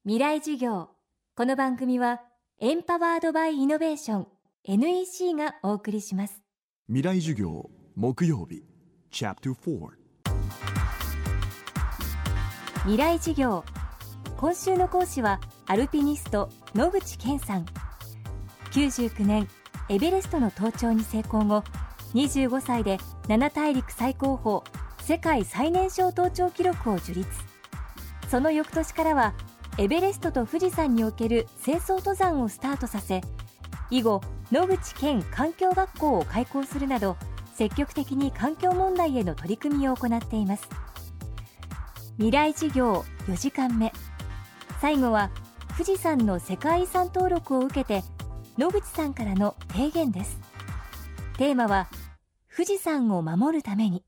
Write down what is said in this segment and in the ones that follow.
未来授業。この番組はエンパワードバイイノベーション NEC がお送りします。 未来授業木曜日チャプター4。 未来授業。今週の講師はアルピニスト野口健さん。99年エベレストの登頂に成功後、25歳で7大陸最高峰世界最年少登頂記録を樹立。その翌年からはエベレストと富士山における清掃登山をスタートさせ、以後野口健環境学校を開校するなど積極的に環境問題への取り組みを行っています。未来授業4時間目、最後は富士山の世界遺産登録を受けて野口さんからの提言です。テーマは富士山を守るために。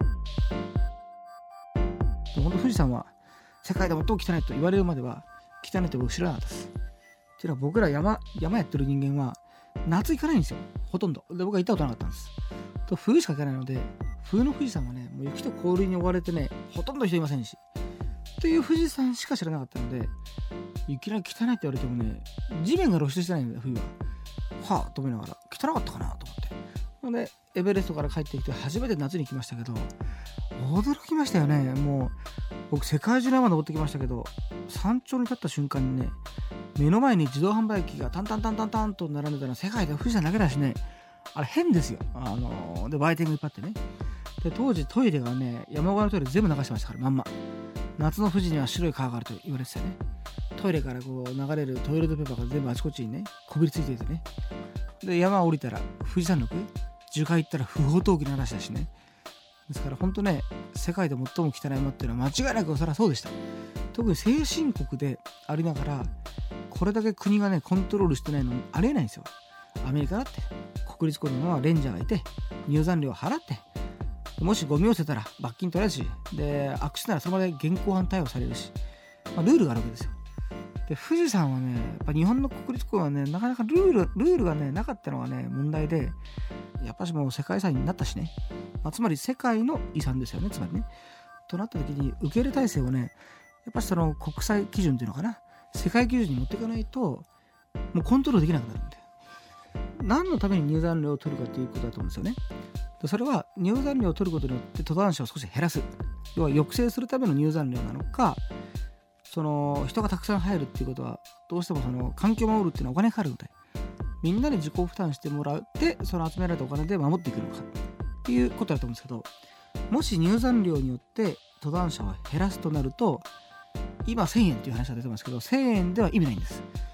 本当富士山は世界で最も汚いと言われるまでは汚いって僕知らなかったです。っていうのは僕ら山やってる人間は夏行かないんですよ、ほとんど。で僕は行ったことなかったんです。と冬しか行かないので、冬の富士山はね、もう雪と氷に覆われてね、ほとんど人いませんし、という富士山しか知らなかったので、いきなり汚いって言われてもね、地面が露出してないんだよ冬は。はあと思いながら汚かったかなと思って、なのでエベレストから帰ってきて初めて夏に来ましたけど、驚きましたよね。もう僕世界中の山登ってきましたけど、山頂に立った瞬間にね、目の前に自動販売機がタンタンタンタンタンと並んでたのは世界で富士山だけだしね、あれ変ですよ。で売店がいっぱいあってね、で当時トイレがね、山小屋のトイレ全部流してましたから、まんま夏の富士には白い川があると言われてたよね。トイレからこう流れるトイレットペーパーが全部あちこちにねこびりついていてね、で山を降りたら富士山麓、樹海行ったら不法投棄の話だしね。ですから本当ね、世界で最も汚い山っていうのは間違いなくそれはそうでした。特に先進国でありながらこれだけ国がねコントロールしてないのありえないんですよ。アメリカだって国立公園にはレンジャーがいて入山料を払って、もしゴミを捨てたら罰金取られるし、で悪質ならその場で現行犯逮捕されるし、ルールがあるわけですよ。で富士山はね、やっぱ日本の国立公園はね、なかなかルールがねなかったのがね問題で、やっぱしもう世界遺産になったしね、つまり世界の遺産ですよね、つまりね。となった時に受け入れ体制をね、やっぱりその国際基準というのかな、世界基準に持っていかないともうコントロールできなくなるんで、何のために入山料を取るかということだと思うんですよね。でそれは入山料を取ることによって登山者を少し減らす、要は抑制するための入山料なのか、その人がたくさん入るっていうことはどうしてもその環境を守るっていうのはお金かかるので、みんなに自己負担してもらってその集められたお金で守っていくのかっていうことだと思うんですけど、もし入山料によって登山者を減らすとなると、今1000円っていう話が出てますけど、1000円では意味ないんです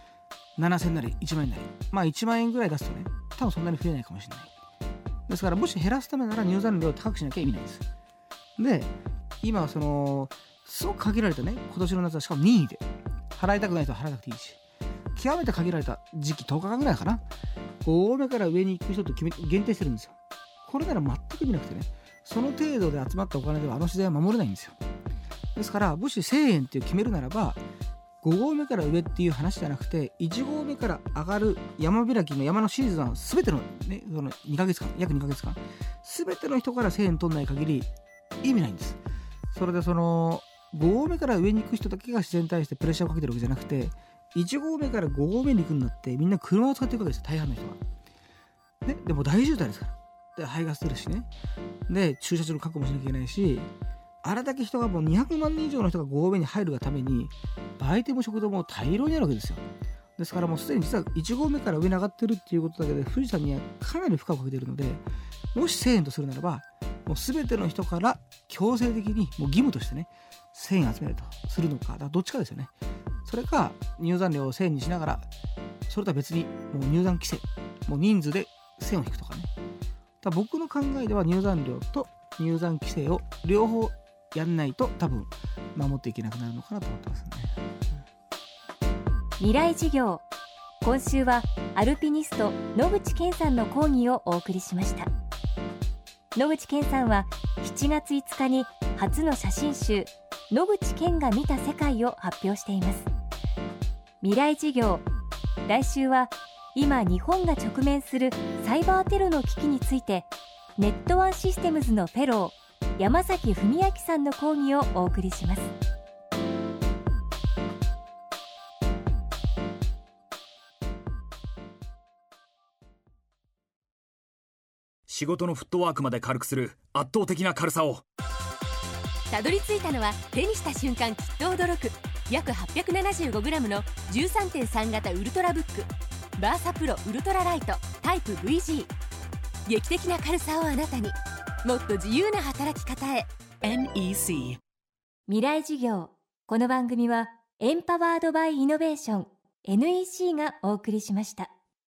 。7000なり1万円なり、1万円ぐらい出すとね、多分そんなに増えないかもしれない。ですからもし減らすためなら入山料を高くしなきゃ意味ないです。で今はそのすごく限られたね、今年の夏はしかも任意で、払いたくない人は払わなくていいし、極めて限られた時期10日間ぐらいかな、5合目から上に行く人と限定してるんですよ。これなら全く意味なくてね、その程度で集まったお金ではあの自然は守れないんですよ。ですからもし1000円っていう決めるならば、5合目から上っていう話じゃなくて、1合目から上がる山開きの山のシーズンは全てのね、その2ヶ月間、約2ヶ月間全ての人から1000円取んない限り意味ないんです。それでその5合目から上に行く人だけが自然に対してプレッシャーをかけてるわけじゃなくて、1合目から5合目に行くんだってみんな車を使っていくわけですよ、大半の人は、ね、でも大渋滞ですから。で排ガス出るしね、で駐車場の確保もしなきゃいけないし、あれだけ人がもう200万人以上の人が5合目に入るがために売店も食堂も大量にあるわけですよ。ですからもうすでに実は1合目から上に上がってるっていうことだけで富士山にはかなり負荷をかけているので、もし1000円とするならば、もう全ての人から強制的にもう義務としてね1000円集めるとするのか、だからどっちかですよね。それか入山料を1000円にしながら、それとは別にもう入山規制、もう人数で1000を引くとかね。だから僕の考えでは入山料と入山規制を両方やんないと多分守っていけなくなるのかなと思ってますね。 未来授業。今週はアルピニスト野口健さんの講義をお送りしました。野口健さんは7月5日に初の写真集野口健が見た世界を発表しています。未来授業。来週は今日本が直面するサイバーテロの危機について、ネットワンシステムズのフェロー山崎文明さんの講義をお送りします。 仕事のフットワークまで軽くする圧倒的な軽さを。 たどり着いたのは手にした瞬間きっと驚く約 875g の 13.3 型ウルトラブックバーサプロウルトラライトタイプ VG。 劇的な軽さをあなたに。もっと自由な働き方へ。 NEC 未来事業。この番組はエンパワードバイイノベーション NEC がお送りしました。